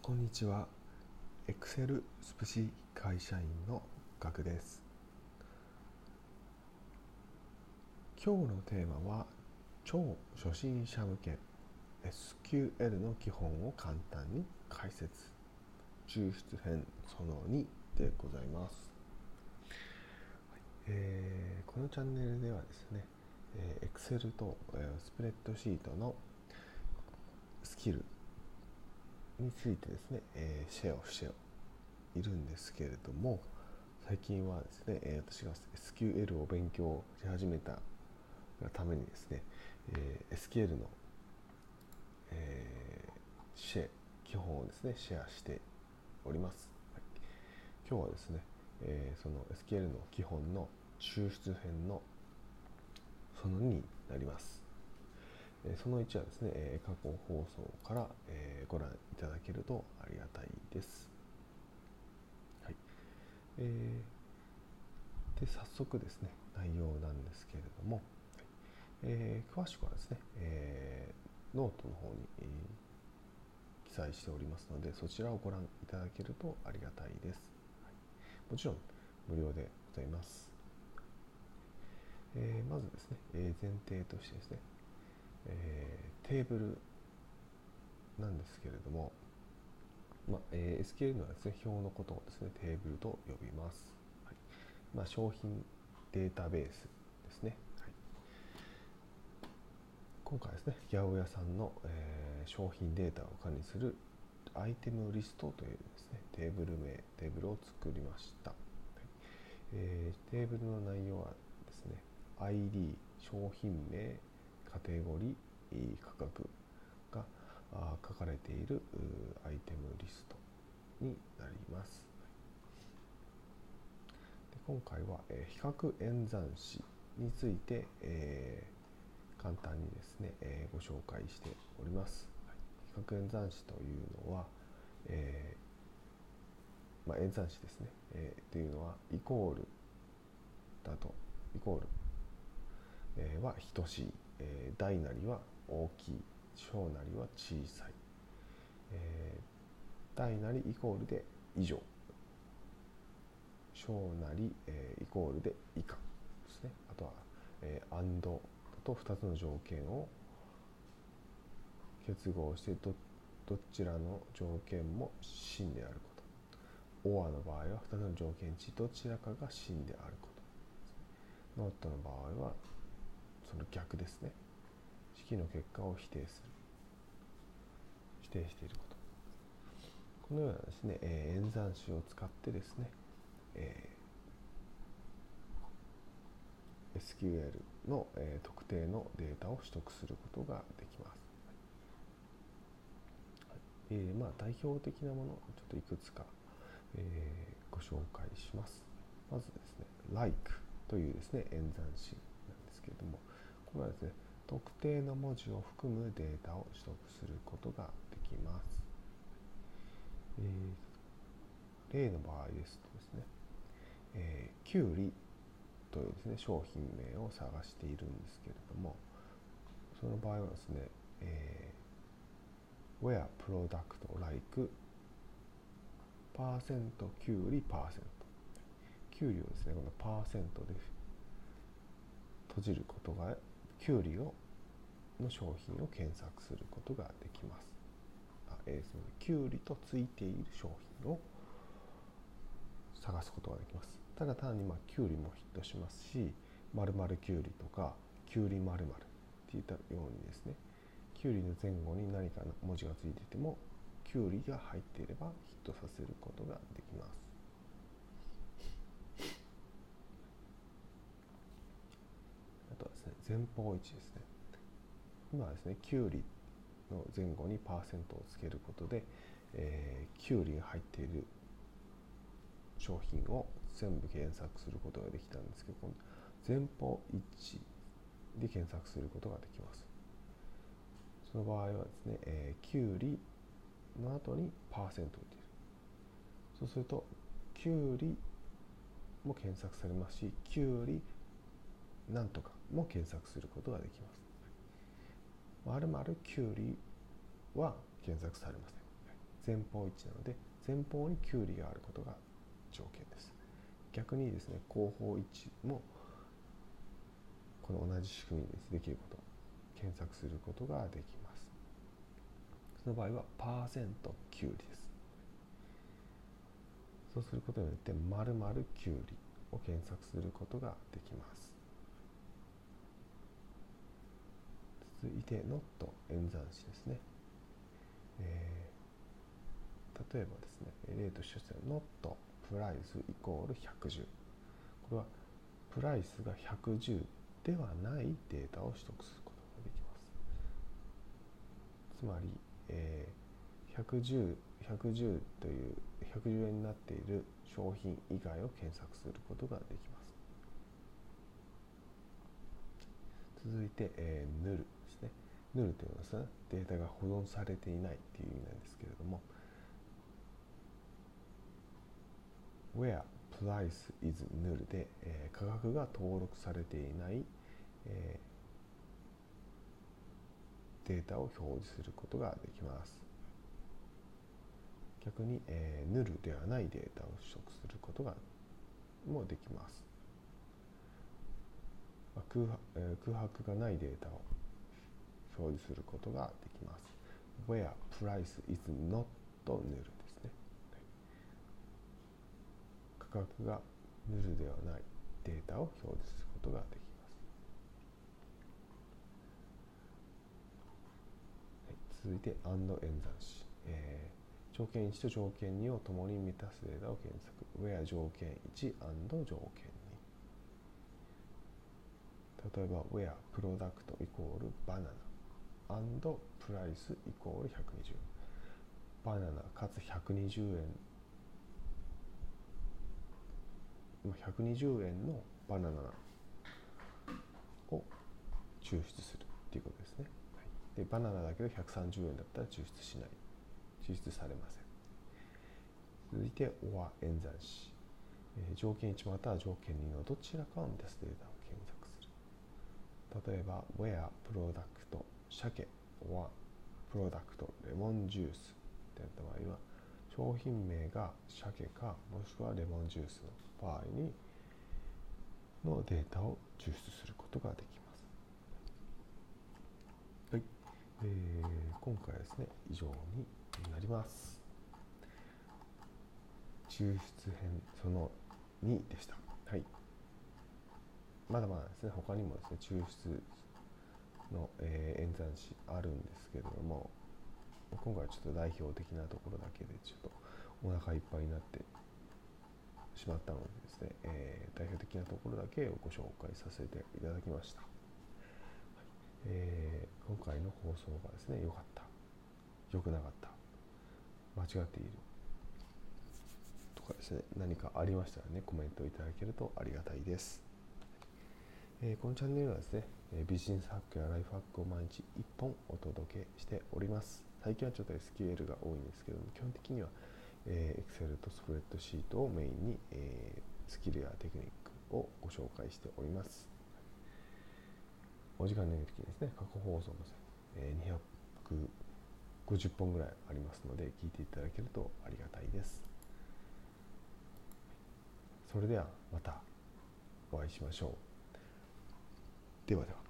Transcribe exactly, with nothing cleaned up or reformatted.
こんにちは。Excel スプシ会社員のガクです。今日のテーマは超初心者向け エスキューエル の基本を簡単に解説抽出編そのにでございます。えー、このチャンネルではですね、えー、Excel と、えー、スプレッドシートのスキルについてですね、えー、シェアをしているんですけれども、最近はですね、えー、私が エスキューエル を勉強し始めたためにですね、えー、エスキューエル の、えー、シェ基本をですねシェアしております。はい、今日はですね、えー、その エスキューエル の基本の抽出編のそのにになります。えー、そのいちはですね、えー、過去放送から、えー、ご覧いただけるとありがたいです。はい、えー、で早速ですね内容なんですけれども、えー、詳しくはですね、えー、ノートの方に、えー、記載しておりますので、そちらをご覧いただけるとありがたいです。はい、もちろん無料でございます。えー、まずですね、えー、前提としてですね、えー、テーブルなんですけれども、まあえー、エスキューエル のはですね、表のことをですね、テーブルと呼びます。はい、まあ、商品データベースですね。はい、今回ですね、八百屋さんの、えー、商品データを管理するアイテムリストというですね、テーブル名、テーブルを作りました。はい、えー、テーブルの内容はですね、アイディー、商品名、カテゴリー、価格が書かれているアイテムリストになります。で今回は、えー、比較演算子について、えー簡単にですね、えー、ご紹介しております。はい、比較演算子というのは、えーまあ、演算子ですね、えー、というのはイコールだとイコール、えー、は等しい、えー、大なりは大きい、小なりは小さい、えー、大なりイコールで以上、小なり、えー、イコールで以下ですね。あとは、えー、アンドとふたつの条件を結合して ど, どちらの条件も真であること。オアの場合はふたつの条件値どちらかが真であること。ノットの場合はその逆ですね。式の結果を否定する。否定していること。このようなですね、えー、演算子を使ってですね、えー、エスキューエル の、えー、特定のデータを取得することができます。はい、えー、まあ代表的なものをちょっといくつか、えー、ご紹介します。まずですね、like というですね、演算子なんですけれども、これはですね、特定の文字を含むデータを取得することができます。えー、例の場合ですとですね、えー、キュウリというですね、商品名を探しているんですけれども、その場合はですね、えー、where product like パーセントキュウリパーセント、キュウリをですね、このパーセントで閉じることが、キュウリをの商品を検索することができます。あ、えー、すみません。キュウリとついている商品を探すことができます。ただ単にまあキュウリもヒットしますし、〇〇キュウリとかキュウリ〇〇っていったようにですね、キュウリの前後に何かの文字がついていても、キュウリが入っていればヒットさせることができます。あとはですね、前方位置ですね。今はですね、キュウリの前後にパーセントをつけることで、えー、キュウリが入っている商品を全部検索することができたんですけど、この前方一致で検索することができます。その場合はですね、えー、キュウリの後にパーセントを入れる。そうするとキュウリも検索されますし、キュウリなんとかも検索することができます。〇〇キュウリは検索されません。 前方位置なので前方にキュウリがあることが条件です。逆にですね、後方位置もこの同じ仕組みですできること、検索することができます。その場合はパーセントキュウリです。そうすることによって〇〇キュウリを検索することができます。続いて not 演算子ですね。えー、例えばですね、例として not プライスイコールひゃくじゅう。これはプライスがひゃくじゅうではないデータを取得することができます。つまり、えー、ひゃくじゅう、ひゃくじゅうというひゃくじゅうえんになっている商品以外を検索することができます。続いて、えー、ヌルですね。ヌルというのはデータが保存されていないという意味なんですけれども、where price is null で、えー、価格が登録されていない、えー、データを表示することができます。逆に、えー、ヌルではないデータを取得することがもできます。まあ、空白、えー、空白がないデータを表示することができます。where price is not null ですね。価格がヌルではないデータを表示することができます。はい、続いて and 演算子、えー、条件いちと条件にを共に満たすデータを検索。where 条件いち and 条件に。例えば where プロダクトイコールバナナ and プライスイコールひゃくにじゅう。バナナかつひゃくにじゅうえん、ひゃくにじゅうえんのバナナを抽出するということですね。でバナナだけどひゃくさんじゅうえんだったら抽出しない、抽出されません。続いて or 演算子、えー、条件いちまたは条件にのどちらかを満たすデータを検索する。例えば where プロダクト鮭 or プロダクトレモンジュースといった場合は、商品名が鮭かもしくはレモンジュースの場合にのデータを抽出することができます。はい、えー、今回はですね以上になります。抽出編そのにでした。はい。まだまだですね、他にもですね抽出の、えー、演算子あるんですけれども、今回はちょっと代表的なところだけでちょっとお腹いっぱいになってしまったのでですね、えー、代表的なところだけをご紹介させていただきました。はい、えー、今回の放送がですね良かった、良くなかった、間違っているとかですね、何かありましたらねコメントいただけるとありがたいです。えー、このチャンネルはですね、ビジネスハックやライフハックを毎日いっぽんお届けしております。最近はちょっと エスキューエル が多いんですけども、基本的には、えー、Excel とスプレッドシートをメインに、えー、スキルやテクニックをご紹介しております。お時間の時にですね、過去放送も、えー、にひゃくごじゅっぽんぐらいありますので、聞いていただけるとありがたいです。それではまたお会いしましょう。ではでは。